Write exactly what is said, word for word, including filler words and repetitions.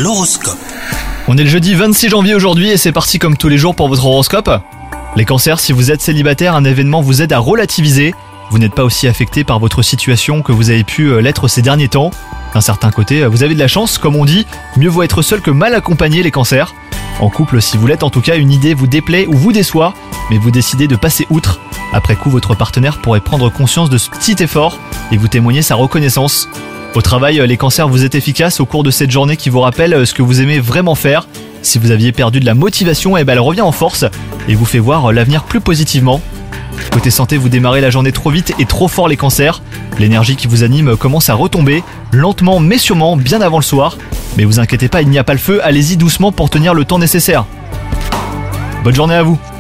L'horoscope. On est le jeudi vingt-six janvier aujourd'hui et c'est parti comme tous les jours pour votre horoscope. Les cancers, si vous êtes célibataire, un événement vous aide à relativiser. Vous n'êtes pas aussi affecté par votre situation que vous avez pu l'être ces derniers temps. D'un certain côté, vous avez de la chance, comme on dit, mieux vaut être seul que mal accompagné les cancers. En couple, si vous l'êtes en tout cas, une idée vous déplaît ou vous déçoit, mais vous décidez de passer outre. Après coup, votre partenaire pourrait prendre conscience de ce petit effort et vous témoigner sa reconnaissance. Au travail, les cancers, vous êtes efficaces au cours de cette journée qui vous rappelle ce que vous aimez vraiment faire. Si vous aviez perdu de la motivation, eh ben elle revient en force et vous fait voir l'avenir plus positivement. Côté santé, vous démarrez la journée trop vite et trop fort les cancers. L'énergie qui vous anime commence à retomber, lentement mais sûrement, bien avant le soir. Mais vous inquiétez pas, il n'y a pas le feu, allez-y doucement pour tenir le temps nécessaire. Bonne journée à vous.